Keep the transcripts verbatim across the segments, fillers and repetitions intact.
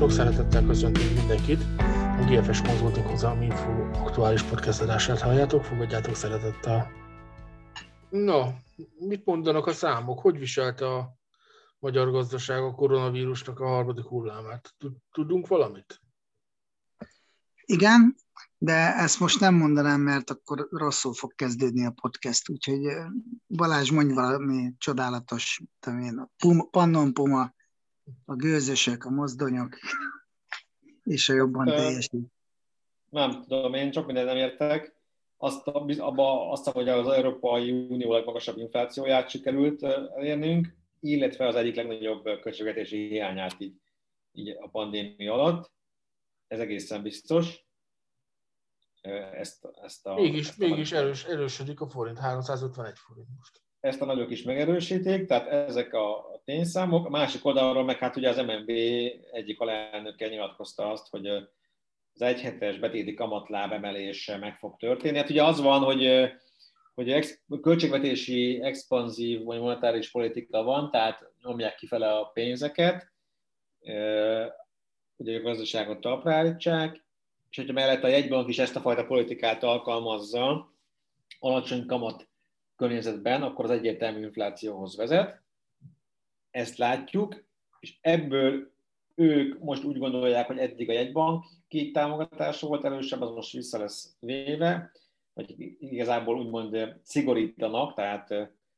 Sziasztok, szeretettel köszöntünk mindenkit. A gé ef es Consulting Hozam Info aktuális podcast adását halljátok, fogadjátok szeretettel. Na, mit mondanak a számok? Hogy viselte a magyar gazdaság a koronavírusnak a harmadik hullámát? Tudunk valamit? Igen, de ezt most nem mondanám, mert akkor rosszul fog kezdődni a podcast. Úgyhogy Balázs, mondj valami csodálatos, én, a puma, Pannon Puma, a gőzösök, a mozdonyok, és a jobban teljesít. Nem tudom, én csak mindent nem értek. Azt, abba, azt hogy az Európai Unió legmagasabb inflációját sikerült elérnünk, illetve az egyik legnagyobb költségvetési hiányát így, így a pandémia alatt. Ez egészen biztos. Ezt, ezt a, mégis ezt a mégis erős, erősödik a forint, háromszázötvenegy forint most. Ezt a nagyok is megerősítik, tehát ezek a tényszámok. A másik oldalról meg hát ugye az em en bé egyik alelnöke nyilatkozta azt, hogy az egyhetes betéti kamatláb emelése meg fog történni. Hát ugye az van, hogy, hogy ex, költségvetési, expanzív vagy monetáris politika van, tehát nyomják kifele a pénzeket, ugye a gazdaságot talpra állítsák, és hogyha mellett a jegybank is ezt a fajta politikát alkalmazza, alacsony kamat környezetben, akkor az egyértelmű inflációhoz vezet. Ezt látjuk, és ebből ők most úgy gondolják, hogy eddig a jegybanki támogatása volt erősebb, az most vissza lesz véve, vagy igazából úgymond szigorítanak, tehát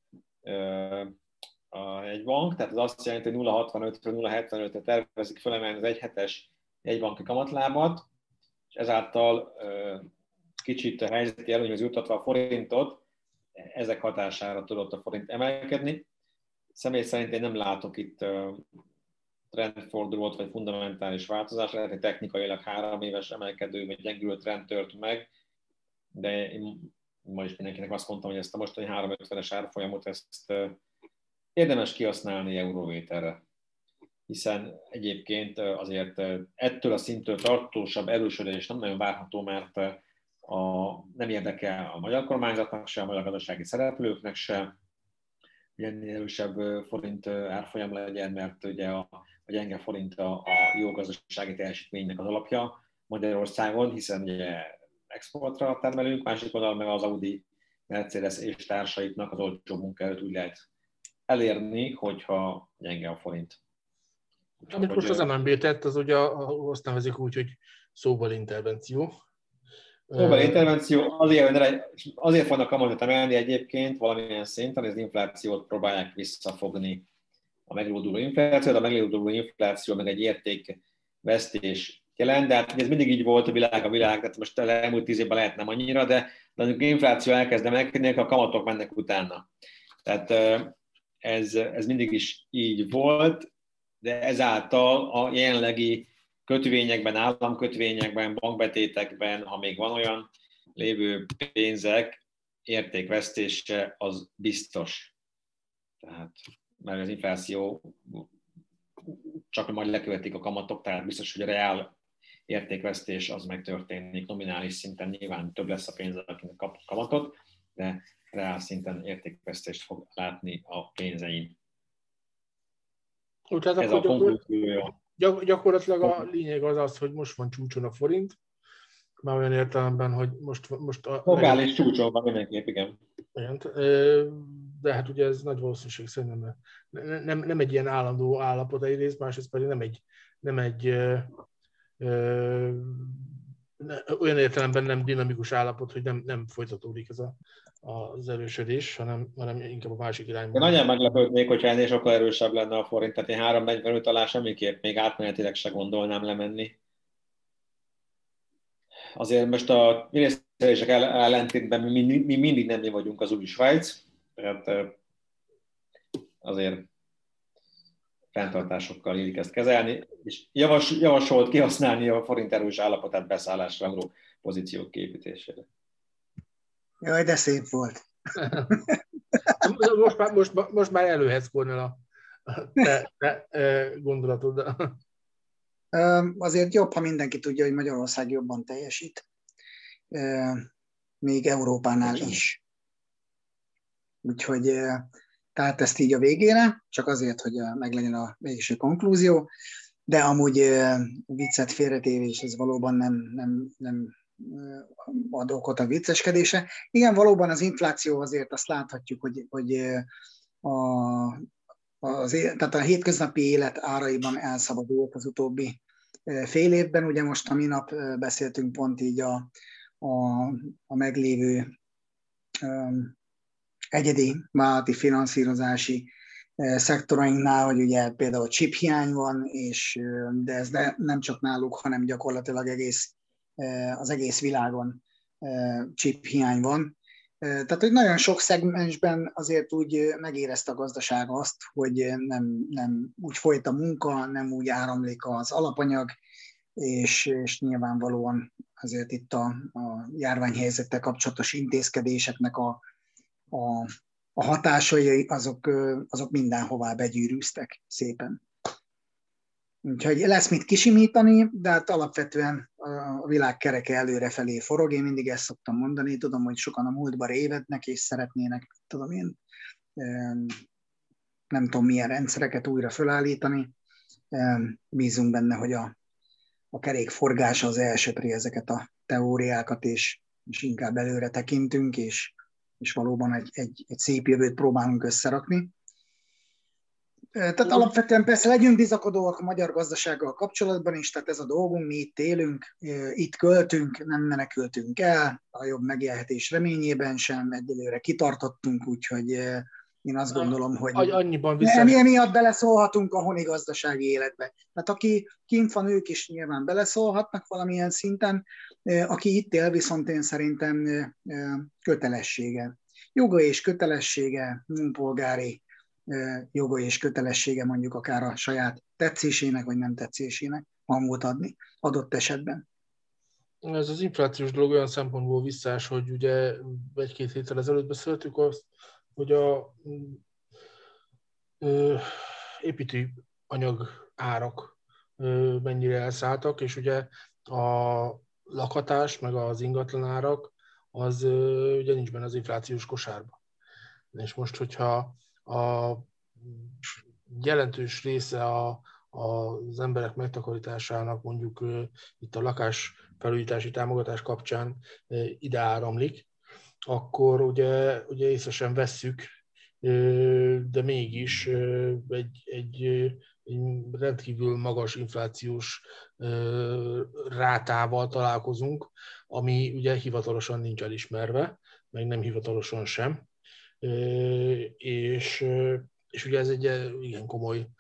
a jegybank, tehát az azt jelenti, hogy nulla egész hatvanötről nulla egész hetvenötre tervezik felemelni az egyhetes jegybanki kamatlábat, és ezáltal kicsit a helyzeti előnyhöz juttatva a forintot, ezek hatására tudott a forint emelkedni. Személy szerint én nem látok itt trendfordulót vagy fundamentális változás, lehet, hogy technikailag három éves emelkedő vagy gyengülő trend tört meg, de én ma is mindenkinek azt mondtam, hogy ezt a mostani három ötvenes árfolyamot ezt érdemes kihasználni euróvételre, hiszen egyébként azért ettől a szinttől tartósabb erősödés nem nagyon várható, mert a, nem érdekel a magyar kormányzatnak se, a magyar gazdasági szereplőknek se, hogy ennél erősebb forint árfolyam legyen, mert ugye a, a gyenge forint a, a jó gazdasági teljesítménynek az alapja Magyarországon, hiszen ugye exportra termelünk, másik oldalon meg az Audi, Mercedes és társaiknak az olcsó munkaerőt úgy lehet elérni, hogyha gyenge a forint. Amit most az em en bé tett, az ugye azt nevezik úgy, hogy szóbeli intervenció. Szóbeli intervenció, azért, azért fognak kamatot emelni egyébként valamilyen szinten, hogy az inflációt próbálják visszafogni, a meglóduló inflációt, a meglóduló infláció meg egy értékvesztés jelent, de hát ez mindig így volt a világ, a világ, tehát most az elmúlt tíz évben lehet nem annyira, de, de amikor infláció elkezd emelkedni, a kamatok mennek utána. Tehát ez, ez mindig is így volt, de ezáltal a jelenlegi kötvényekben, államkötvényekben, bankbetétekben, ha még van olyan lévő pénzek, értékvesztése az biztos. Tehát, mert az infláció csak majd lekövetik a kamatok, tehát biztos, hogy a reál értékvesztés az megtörténik. Nominális szinten nyilván több lesz a pénz, akinek kap kamatot, de reál szinten értékvesztést fog látni a pénzein. Úgy, hát ez a konklúziója. Gyakorlatilag a lényeg az az, hogy most van csúcson a forint, már olyan értelemben, hogy most... most a lokális csúcson van mindenképp, igen. igen. De hát ugye ez nagy valószínűség szerintem nem, nem egy ilyen állandó állapot egyrészt, másrészt pedig nem egy, nem egy ö, ö, olyan értelemben nem dinamikus állapot, hogy nem, nem folytatódik ez a, az erősödés, hanem, hanem inkább a másik irányban. Én nagyon meglepődnék, hogyha ennél sokkal erősebb lenne a forint, tehát én három negyvenöt alá semmiképp még átmenetileg se gondolnám lemenni. Azért most a miniszterések ellentétben mi, mi, mi mindig nem mi vagyunk az új Svájc, tehát azért fenntartásokkal illik ezt kezelni, és javas, javasolt kihasználni a forint erős állapotát beszállásra, euró pozíciók képítésére. Jaj, de szép volt. most, már, most, most már előhetsz, Kornél, a te, te gondolatod. Azért jobb, ha mindenki tudja, hogy Magyarország jobban teljesít, még Európánál is. Úgyhogy tehát ezt így a végére, csak azért, hogy meglegyen a végső konklúzió. De amúgy viccet félretévés, ez valóban nem, nem, nem ad okot a vicceskedése. Igen, valóban az infláció azért azt láthatjuk, hogy, hogy a, az, tehát a hétköznapi élet áraiban elszabadult az utóbbi fél évben. Ugye most a minap beszéltünk pont így a, a, a meglévő um, egyedi vállalati finanszírozási szektorainknál, hogy ugye például chiphiány van, és, de ez de nem csak náluk, hanem gyakorlatilag egész, az egész világon chiphiány van. Tehát, hogy nagyon sok szegmensben azért úgy megérezte a gazdaság azt, hogy nem, nem úgy folyt a munka, nem úgy áramlik az alapanyag, és, és nyilvánvalóan azért itt a, a járványhelyzettel kapcsolatos intézkedéseknek a, a, a hatásai azok, azok mindenhová begyűrűztek szépen. Úgyhogy lesz mit kisimítani, de hát alapvetően a világ kereke előrefelé forog. Én mindig ezt szoktam mondani, tudom, hogy sokan a múltba révednek, és szeretnének, tudom én, nem tudom milyen rendszereket újra felállítani. Bízunk benne, hogy a, a kerék forgása az elsöpri ezeket a teóriákat, és, és inkább előre tekintünk, és, és valóban egy, egy, egy szép jövőt próbálunk összerakni. Tehát alapvetően persze legyünk bizakodóak a magyar gazdasággal kapcsolatban is, tehát ez a dolgunk, mi itt élünk, itt költünk, nem menekültünk el, a jobb megélhetés reményében sem, egyelőre kitartottunk, úgyhogy én azt gondolom, hogy annyiban vissza... emiatt beleszólhatunk a honi gazdasági életbe. Tehát aki kint van, ők is nyilván beleszólhatnak valamilyen szinten, aki itt él, viszont én szerintem kötelessége. Joga és kötelessége, polgári joga és kötelessége mondjuk akár a saját tetszésének vagy nem tetszésének hangot adni adott esetben. Ez az inflációs dolog olyan szempontból visszás, hogy ugye egy-két héttel ezelőtt beszéltük azt, hogy a ö, építőanyag árak ö, mennyire elszálltak, és ugye a lakhatás meg az ingatlan árak az ö, ugye nincs benne az inflációs kosárba. És most, hogyha a jelentős része a, az emberek megtakarításának mondjuk itt a lakásfelújítási támogatás kapcsán ide áramlik, akkor ugye, ugye észre sem vesszük, de mégis egy, egy, egy rendkívül magas inflációs rátával találkozunk, ami ugye hivatalosan nincs elismerve, meg nem hivatalosan sem. És, és ugye ez egy igen komoly,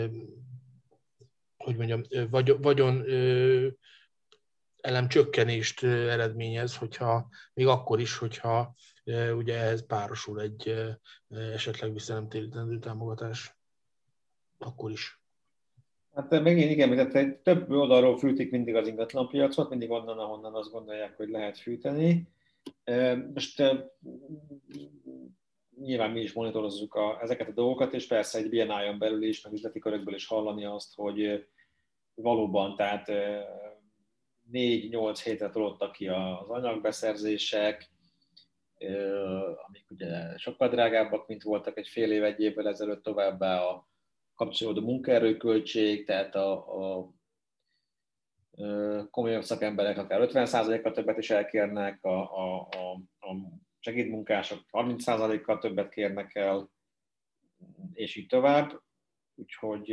hogy mondjam, vagyon elemcsökkenést eredményez, hogyha még akkor is, hogyha ugye ehhez párosul egy esetleg vissza nem térítendő támogatás. Akkor is. Hát megint igen, tehát több oldalról fűtik mindig az ingatlanpiacot, mindig onnan, ahonnan azt gondolják, hogy lehet fűteni. Most nyilván mi is monitorozzuk a, ezeket a dolgokat, és persze egy bé en í-on belül is, meg üzleti körökből is hallani azt, hogy valóban, tehát négy-nyolc hétre tolottak ki az anyagbeszerzések, amik ugye sokkal drágábbak, mint voltak egy fél év, egy évvel ezelőtt, továbbá a kapcsolódó munkaerőköltség, tehát a, a komolyabb szakemberek akár ötven százalékkal többet is elkérnek, a, a, a, a segédmunkások harminc százalékkal többet kérnek el, és így tovább. Úgyhogy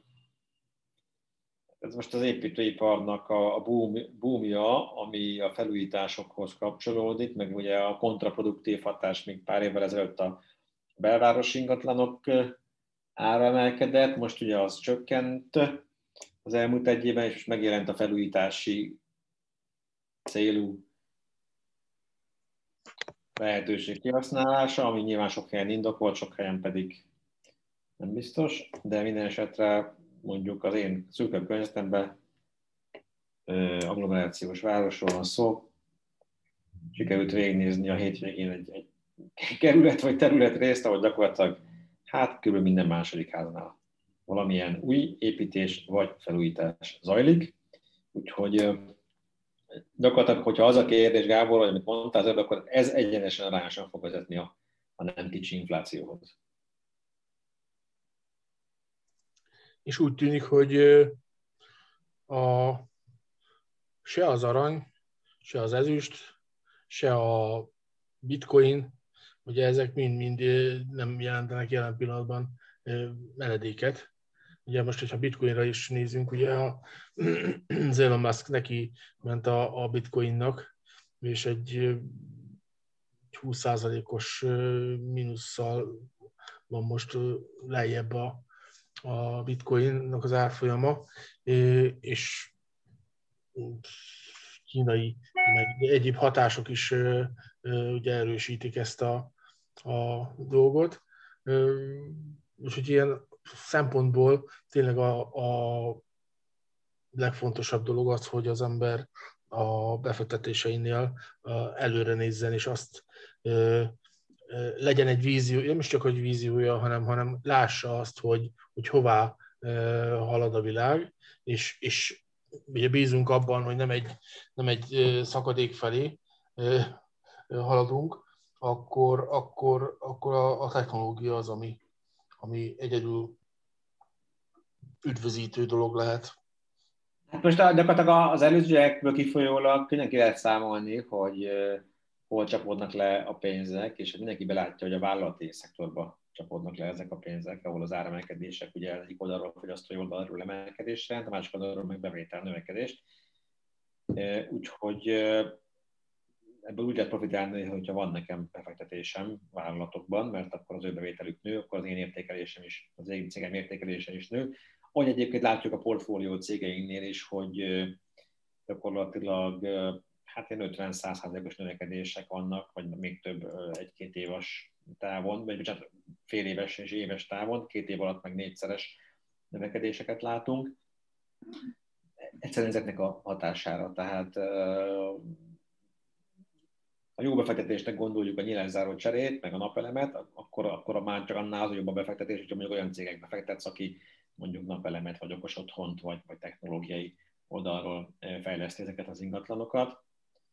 ez most az építőiparnak a, a boom, boomja, ami a felújításokhoz kapcsolódik, meg ugye a kontraproduktív hatás, még pár évvel ezelőtt a belvárosi ingatlanok ára emelkedett, most ugye az csökkent az elmúlt egy évben, és most megjelent a felújítási célú lehetőség kihasználása, ami nyilván sok helyen indokolt, sok helyen pedig nem biztos, de minden esetre mondjuk az én szűkebb környezetemben agglomerációs városról van szó, sikerült végignézni a hétvégén egy, egy kerület vagy területrészt, ahol gyakorlatilag hát kb. Minden második háznál valamilyen új építés vagy felújítás zajlik. Úgyhogy gyakorlatilag, hogyha az a kérdés, Gábor, vagy amit mondtál, az, akkor ez egyenesen arányosan fog vezetni a, a nem kicsi inflációhoz. És úgy tűnik, hogy a, se az arany, se az ezüst, se a bitcoin, ugye ezek mind-mind nem jelentenek jelen pillanatban menedéket. Ugye most, hogyha bitcoinra is nézünk, ugye a Elon Musk neki ment a, a bitcoinnak, és egy húsz százalékos mínusszal van most lejjebb a, a bitcoinnak az árfolyama, és kínai, meg egyéb hatások is ugye erősítik ezt a, a dolgot. Úgyhogy ilyen szempontból tényleg a, a legfontosabb dolog az, hogy az ember a befektetéseinél előre nézzen, és azt legyen egy vízió, nem is csak egy víziója, hanem, hanem lássa azt, hogy, hogy hová halad a világ, és, és ugye bízunk abban, hogy nem egy, nem egy szakadék felé haladunk, akkor, akkor, akkor a, a technológia az, ami, ami egyedül üdvözítő dolog lehet. Hát most gyakorlatilag az előzőekből kifolyólag könnyen ki lehet számolni, hogy hol csapódnak le a pénzek, és mindenki belátja, hogy a vállalati szektorban csapódnak le ezek a pénzek, ahol az áremelkedések ugye egyik oldalról fogyasztói oldalról emelkedésre, a másik oldalról meg bevétel növekedést. Úgyhogy ebből úgy lehet profitálni, hogyha van nekem befektetésem vállalatokban, mert akkor az ő bevételük nő, akkor az én értékelésem is, az én cégem értékelése is nő. Ahogy egyébként látjuk a portfólió cégeinknél is, hogy gyakorlatilag hát ilyen ötven-száz százalékos növekedések vannak, vagy még több egy-két éves távon, vagy bocsánat, fél éves és éves távon, két év alatt meg négyszeres növekedéseket látunk. Egyszerűen ezeknek a hatására, tehát a jó befektetésnek gondoljuk a nyilászáró cserét, meg a napelemet, akkor, akkor már csak annál az jobb a befektetés, hogyha mondjuk olyan cégekbe fektetsz, aki mondjuk napelemet, vagy okos otthont, vagy, vagy technológiai oldalról fejleszti ezeket az ingatlanokat.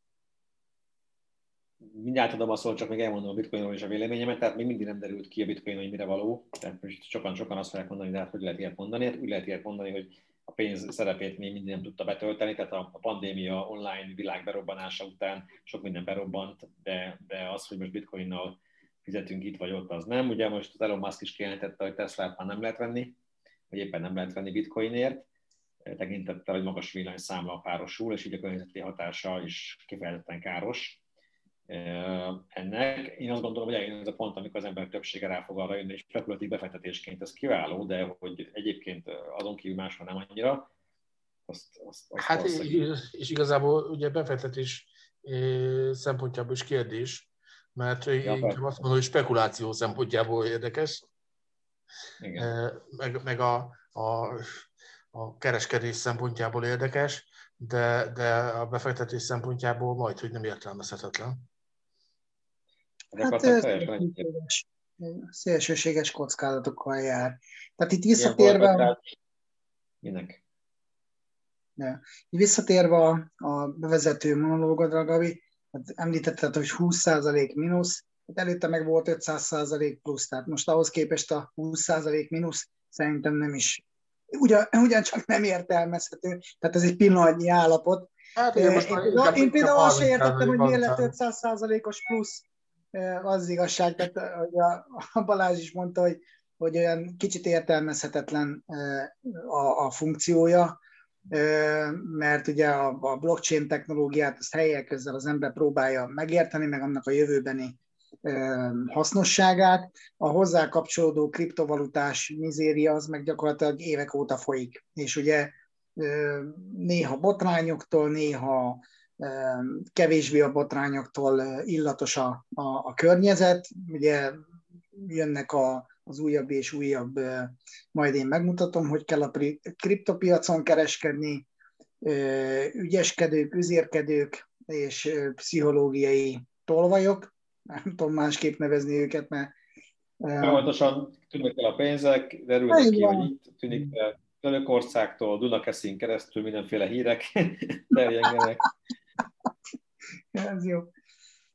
Mindjárt adom a szót, csak még elmondom a bitcoinról is a véleményemet, tehát még mindig nem derült ki a bitcoin, hogy mire való. Tehát most sokan-sokan azt fogják mondani, de hát hogy lehet ilyet mondani? Hát úgy lehet ilyet mondani, hogy a pénz szerepét még mindig nem tudta betölteni, tehát a pandémia online világ berobbanása után sok minden berobbant, de, de az, hogy most bitcoinnal fizetünk itt vagy ott, az nem. Ugye most az Elon Musk is kijelentette, hogy Teslát már nem lehet venni, vagy éppen nem lehet venni bitcoinért, tekintettel, hogy magas villanyszámla párosul, és így a környezeti hatása is kifejezetten káros ennek. Én azt gondolom, hogy eljön ez a pont, amikor az ember többsége rá fog arra jönni, és spekulatív befektetésként ez kiváló, de hogy egyébként azon kívül máshol nem annyira. Azt, azt, azt hát és, és igazából ugye befektetés szempontjából is kérdés, mert ja, inkább azt mondom, hogy spekuláció szempontjából érdekes. Igen. Meg, meg a, a, a kereskedés szempontjából érdekes, de, de a befektetés szempontjából majd, hogy nem értelmezhetetlen. Hát szélsőséges, szélsőséges kockázatokkal jár. Tehát itt visszatérve... Minek? Ja. Visszatérve a, a bevezető monológodra, Gabi, hát említetted, hogy húsz százalék mínusz, hát előtte meg volt ötszáz százalék plusz, tehát most ahhoz képest a húsz százalék mínusz szerintem nem is, ugyan, ugyancsak nem értelmezhető, tehát ez egy pillanatnyi állapot. Hát, én, most én, én, én például azt sem értettem, hogy miért lett ötszáz százalékos plusz, az igazság, tehát hogy a, a Balázs is mondta, hogy, hogy olyan kicsit értelmezhetetlen a, a funkciója, mert ugye a, a blockchain technológiát azt helyek közzel az ember próbálja megérteni, meg annak a jövőbeni hasznosságát. A hozzá kapcsolódó kriptovalutás mizéria az meg gyakorlatilag évek óta folyik. És ugye néha botrányoktól, néha kevésbé a botrányoktól illatos a, a, a környezet. Ugye jönnek a, az újabb és újabb, majd én megmutatom, hogy kell a kriptopiacon kereskedni, ügyeskedők, üzérkedők és pszichológiai tolvajok. Nem tudom másképp nevezni őket, mert... Folyamatosan tűnnek el a pénzek, derülnek ki, hogy itt tűnik el Törökországtól, Dunakeszin keresztül mindenféle hírek terjengenek. Ez jó.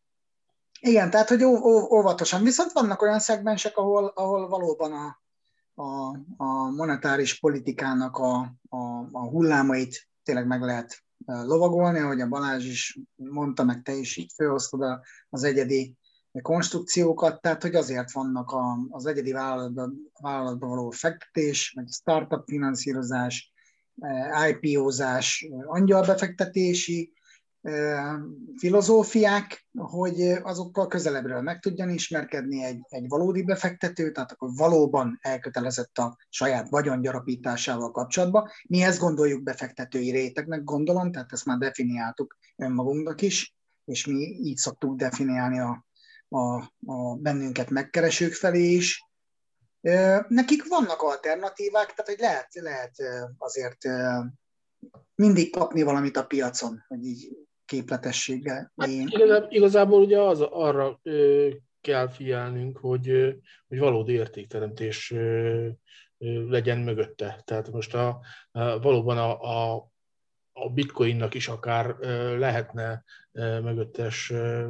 Igen, tehát, hogy ó, ó, óvatosan. Viszont vannak olyan szegmensek, ahol, ahol valóban a, a, a monetáris politikának a, a, a hullámait tényleg meg lehet lovagolni, ahogy a Balázs is mondta, meg te is így fölhoztad az egyedi konstrukciókat, tehát hogy azért vannak a, az egyedi vállalatban, vállalatban való fektetés, meg startup finanszírozás, I P O-zás, angyalbefektetési filozófiák, hogy azokkal közelebbről meg tudjan ismerkedni egy, egy valódi befektető, tehát akkor valóban elkötelezett a saját vagyongyarapításával kapcsolatban. Mi ezt gondoljuk befektetői rétegnek, gondolom, tehát ezt már definiáltuk önmagunknak is, és mi így szoktuk definiálni a, a, a bennünket megkeresők felé is. Nekik vannak alternatívák, tehát hogy lehet, lehet azért mindig kapni valamit a piacon, hogy így képletességgel. Hát igazából, igazából ugye az, arra ö, kell figyelnünk, hogy, ö, hogy valódi értékteremtés ö, ö, legyen mögötte. Tehát most a, a, valóban a, a, a bitcoinnak is akár ö, lehetne ö, mögöttes ö,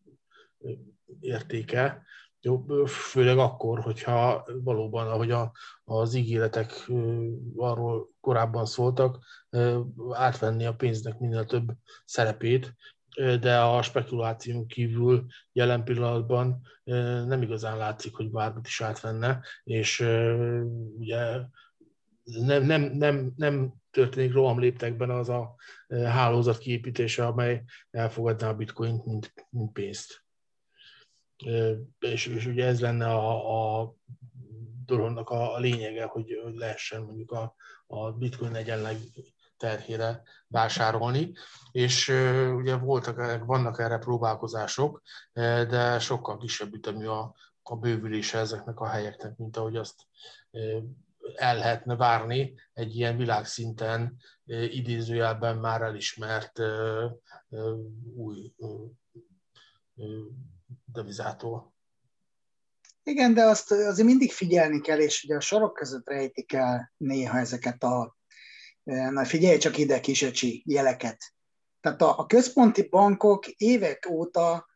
értéke, jó, főleg akkor, hogyha valóban, ahogy a, az ígéretek arról korábban szóltak, átvenni a pénznek minél több szerepét, de a spekuláción kívül jelen pillanatban nem igazán látszik, hogy bármit is átvenne, és ugye nem, nem, nem, nem történik rohamléptekben az a hálózat kiépítése, amely elfogadná a bitcoint, mint, mint pénzt. És, és ugye ez lenne a, a dolognak a, a lényege, hogy lehessen mondjuk a, a bitcoin egyenleg terhére vásárolni, és uh, ugye voltak, vannak erre próbálkozások, de sokkal kisebb ütemű a, a bővülése ezeknek a helyeknek, mint ahogy azt uh, el lehetne várni egy ilyen világszinten uh, idézőjelben már elismert uh, uh, új uh, uh, devizától. Igen, de azt azért mindig figyelni kell, és ugye a sorok között rejtik el néha ezeket a, na figyelj csak ide kisöcsi jeleket. Tehát a, a központi bankok évek óta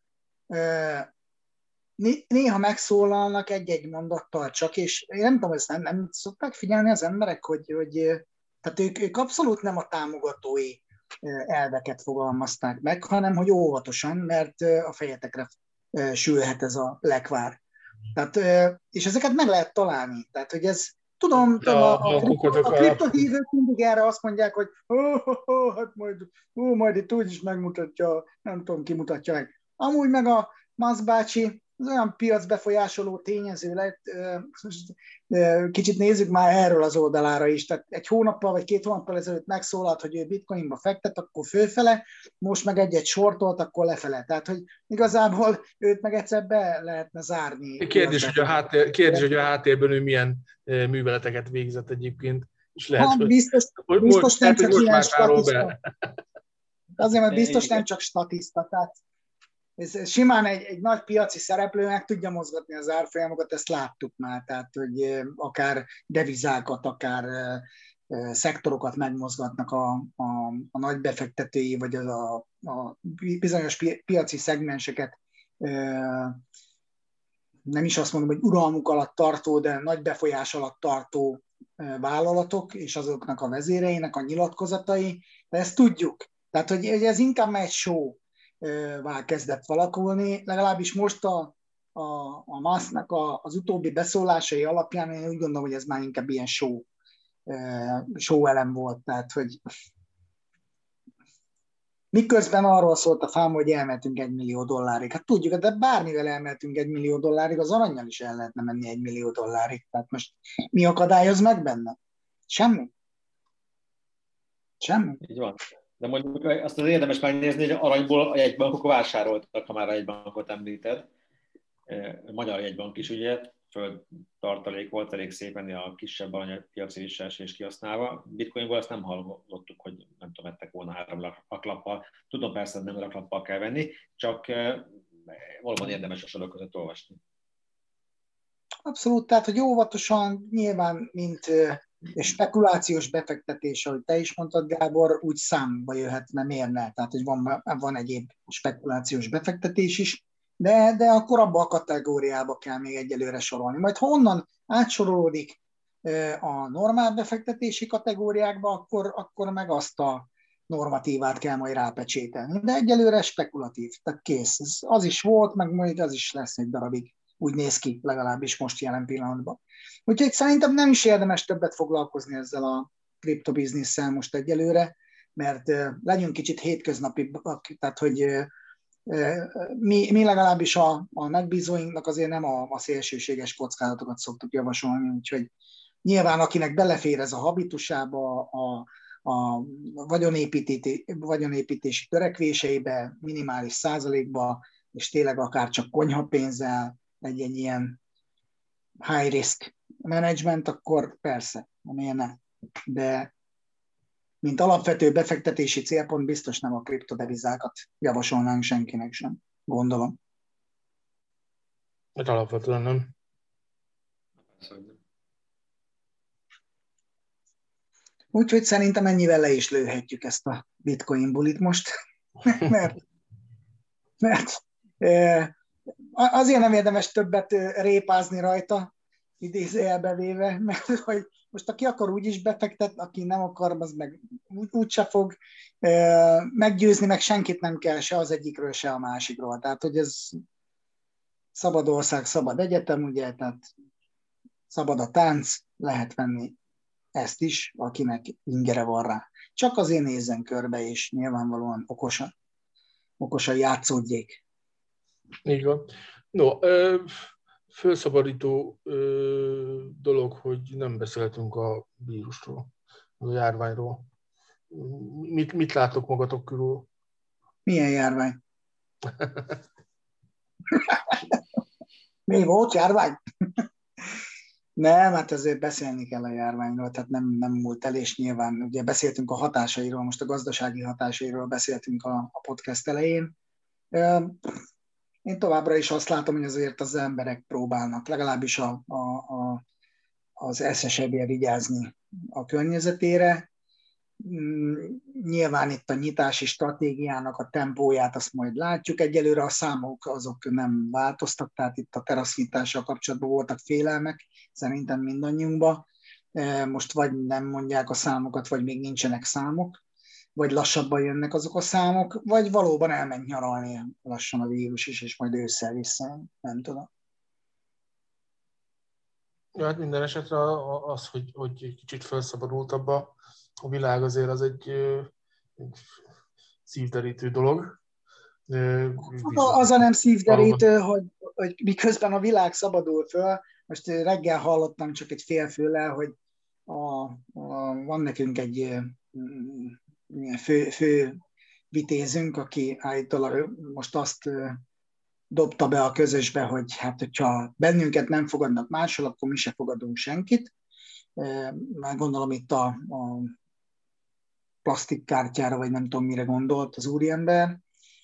néha megszólalnak egy-egy mondattal csak, és én nem tudom, ezt nem, nem szokták figyelni az emberek, hogy, hogy tehát ők, ők abszolút nem a támogatói elveket fogalmazták meg, hanem hogy óvatosan, mert a fejetekre sülhet ez a lekvár. Tehát, és ezeket meg lehet találni. Tehát, hogy ez, tudom, tudom a, a, a, a kriptohívők mindig erre azt mondják, hogy oh, oh, oh, hát majd, oh, majd itt úgyis megmutatja, nem tudom, ki mutatja meg. Amúgy meg a Musk bácsi az olyan piacbefolyásoló tényező lett, kicsit nézzük már erről az oldalára is, tehát egy hónappal vagy két hónappal ezelőtt megszólalt, hogy ő bitcoinba fektet, akkor fölfele, most meg egy-egy sortolt, akkor lefele. Tehát, hogy igazából őt meg egyszer be lehetne zárni. Kérdés, hogy a, háttér, kérdés hogy a háttérben ő milyen műveleteket végzett egyébként. És lehet, hát biztos, hogy, biztos most, nem lehet, csak ilyen statiszta. Azért, mert biztos nem csak statiszta, tehát ez simán egy, egy nagy piaci szereplő meg tudja mozgatni az árfolyamokat, ezt láttuk már, tehát hogy akár devizákat, akár szektorokat megmozgatnak a, a, a nagy befektetői, vagy az a, a bizonyos piaci szegmenseket nem is azt mondom, hogy uralmuk alatt tartó, de nagy befolyás alatt tartó vállalatok, és azoknak a vezéreinek a nyilatkozatai, de ezt tudjuk. Tehát, hogy ez inkább egy show vál kezdett valakulni, legalábbis most a, a, a Musknak a, az utóbbi beszólásai alapján én úgy gondolom, hogy ez már inkább ilyen show, show elem volt, tehát hogy miközben arról szólt a fám, hogy elmehetünk egy millió dollárig. Hát tudjuk, de bármivel elmehetünk egy millió dollárig, az arannyal is el lehetne menni egy millió dollárig. Tehát most mi akadályoz meg benne? Semmi. Semmi. Így van. De mondjuk azt az érdemes megnézni, hogy aranyból a jegybankok vásároltak, ha már a jegybankot említed. A magyar jegybank is ugye földtartalék volt elég szépen a kisebb aranypiaci visszaesés kihasználva. Bitcoinból azt nem hallottuk, hogy nem tudom, ettek volna három raklappal. Tudom persze, nem raklappal kell venni, csak valóban érdemes a sorok között olvasni. Abszolút, tehát hogy óvatosan, nyilván, mint spekulációs befektetés, ahogy te is mondtad, Gábor, úgy számba jöhetne, miért ne? Tehát, hogy van, van egyéb spekulációs befektetés is, de, de akkor abba a kategóriába kell még egyelőre sorolni. Majd ha onnan átsorolódik a normál befektetési kategóriákba, akkor, akkor meg azt a normatívát kell majd rápecsételni. De egyelőre spekulatív, tehát kész. Ez az is volt, meg majd az is lesz egy darabig. Úgy néz ki, legalábbis most jelen pillanatban. Úgyhogy szerintem nem is érdemes többet foglalkozni ezzel a kriptobizniszsel most egyelőre, mert legyünk kicsit hétköznapibbak, tehát hogy mi, mi legalábbis a, a megbízóinknak azért nem a, a szélsőséges kockázatokat szoktuk javasolni, úgyhogy nyilván akinek belefér ez a habitusába, a, a vagyonépítési, vagyonépítési törekvéseibe, minimális százalékba, és tényleg akár csak konyhapénzzel, egy, egy ilyen high risk management, akkor persze, miért ne. De mint alapvető befektetési célpont biztos nem a kriptodevizákat javasolnánk senkinek sem, gondolom. Hát alapvetően nem. Úgyhogy szerintem ennyivel le is lőhetjük ezt a bitcoin bulit most, mert, mert azért nem érdemes többet répázni rajta, idézőjelbe véve, mert hogy most aki akar úgy is befektet, aki nem akar, az meg úgy, úgy se fog meggyőzni, meg senkit nem kell se az egyikről, se a másikról. Tehát, hogy ez szabad ország, szabad egyetem, ugye, tehát szabad a tánc, lehet venni ezt is, akinek ingere van rá. Csak azért nézzen körbe, és nyilvánvalóan okosan, okosan játszódjék. Így van. No, ö, fölszabadító ö, dolog, hogy nem beszéltünk a vírusról, a járványról. Mit, mit látok magatok körül? Milyen járvány? Mi volt járvány? Nem, hát azért beszélni kell a járványról, tehát nem, nem múlt el, és nyilván ugye beszéltünk a hatásairól, most a gazdasági hatásairól beszéltünk a, a podcast elején. Én továbbra is azt látom, hogy azért az emberek próbálnak, legalábbis a, a, a, az es es é-be vigyázni a környezetére. Nyilván itt a nyitási stratégiának a tempóját azt majd látjuk. Egyelőre a számok azok nem változtak, tehát itt a terasznyitással kapcsolatban voltak félelmek, szerintem mindannyiunkban. Most vagy nem mondják a számokat, vagy még nincsenek számok, vagy lassabban jönnek azok a számok, vagy valóban elment nyaralni lassan a vírus is, és majd ősszel vissza, nem tudom. Ja, hát minden esetre az, hogy, hogy kicsit felszabadultabb a a világ, azért az egy, egy szívderítő dolog. Az a nem szívderítő, hogy, hogy miközben a világ szabadul föl, most reggel hallottam csak egy félfüllel, hogy a, a, van nekünk egy fő, fő vitézünk, aki állítólag most azt dobta be a közösbe, hogy hát, hogyha bennünket nem fogadnak máshol, akkor mi se fogadunk senkit. Már gondolom itt a, a plastikkártyára, vagy nem tudom mire gondolt az úriember.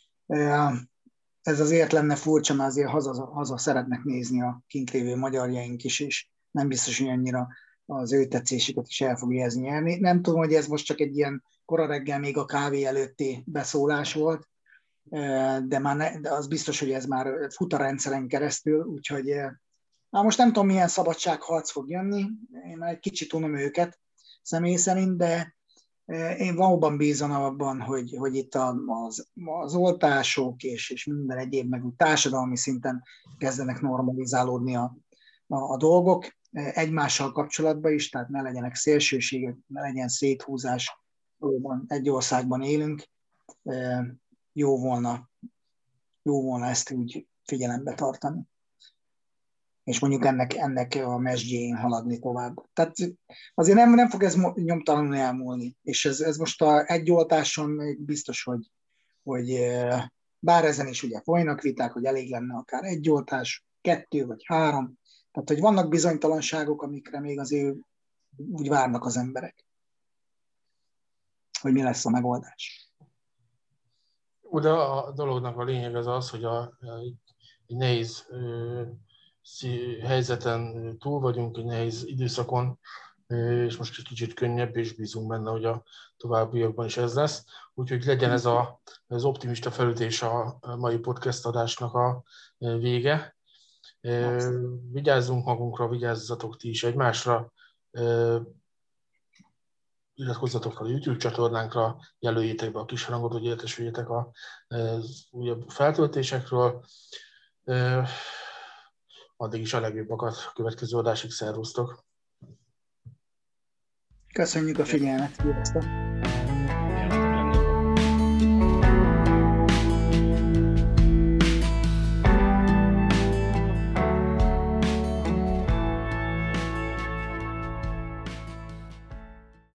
Ez azért lenne furcsa, mert azért haza, haza szeretnek nézni a kint lévő magyarjaink is, és nem biztos, hogy annyira az ő tetszésüket is el fogja ez nyerni. Nem tudom, hogy ez most csak egy ilyen kora reggel még a kávé előtti beszólás volt, de, már ne, de az biztos, hogy ez már fut a rendszeren keresztül, úgyhogy hát most nem tudom, milyen szabadságharc fog jönni, én már egy kicsit unom őket személy szerint, de én valóban bízom abban, hogy, hogy itt az, az oltások és, és minden egyéb, meg úgy társadalmi szinten kezdenek normalizálódni a, a, a dolgok egymással kapcsolatban is, tehát ne legyenek szélsőségek, ne legyen széthúzás, valóban egy országban élünk, jó volna, jó volna ezt úgy figyelembe tartani. És mondjuk ennek, ennek a mesdjén haladni tovább. Tehát azért nem, nem fog ez nyomtalanul elmúlni. És ez, ez most a egy oltáson biztos, hogy, hogy bár ezen is ugye folynak viták, hogy elég lenne akár egy oltás, kettő vagy három. Tehát, hogy vannak bizonytalanságok, amikre még azért úgy várnak az emberek, hogy mi lesz a megoldás. De a dolognak a lényeg az az, hogy a, a, egy nehéz helyzeten túl vagyunk, egy nehéz időszakon, és most egy kicsit könnyebb, és bízunk benne, hogy a továbbiakban is ez lesz. Úgyhogy legyen ez a, az optimista felütés a mai podcast adásnak a vége. Vigyázzunk magunkra, vigyázzatok ti is egymásra, Iratkozzatok fel a YouTube csatornánkra, jelöljétek be a kis harangot, hogy értesüljétek az újabb feltöltésekről. Addig is a legjobbakat a következő adásig, szervusztok! Köszönjük a figyelmet! Sziasztok!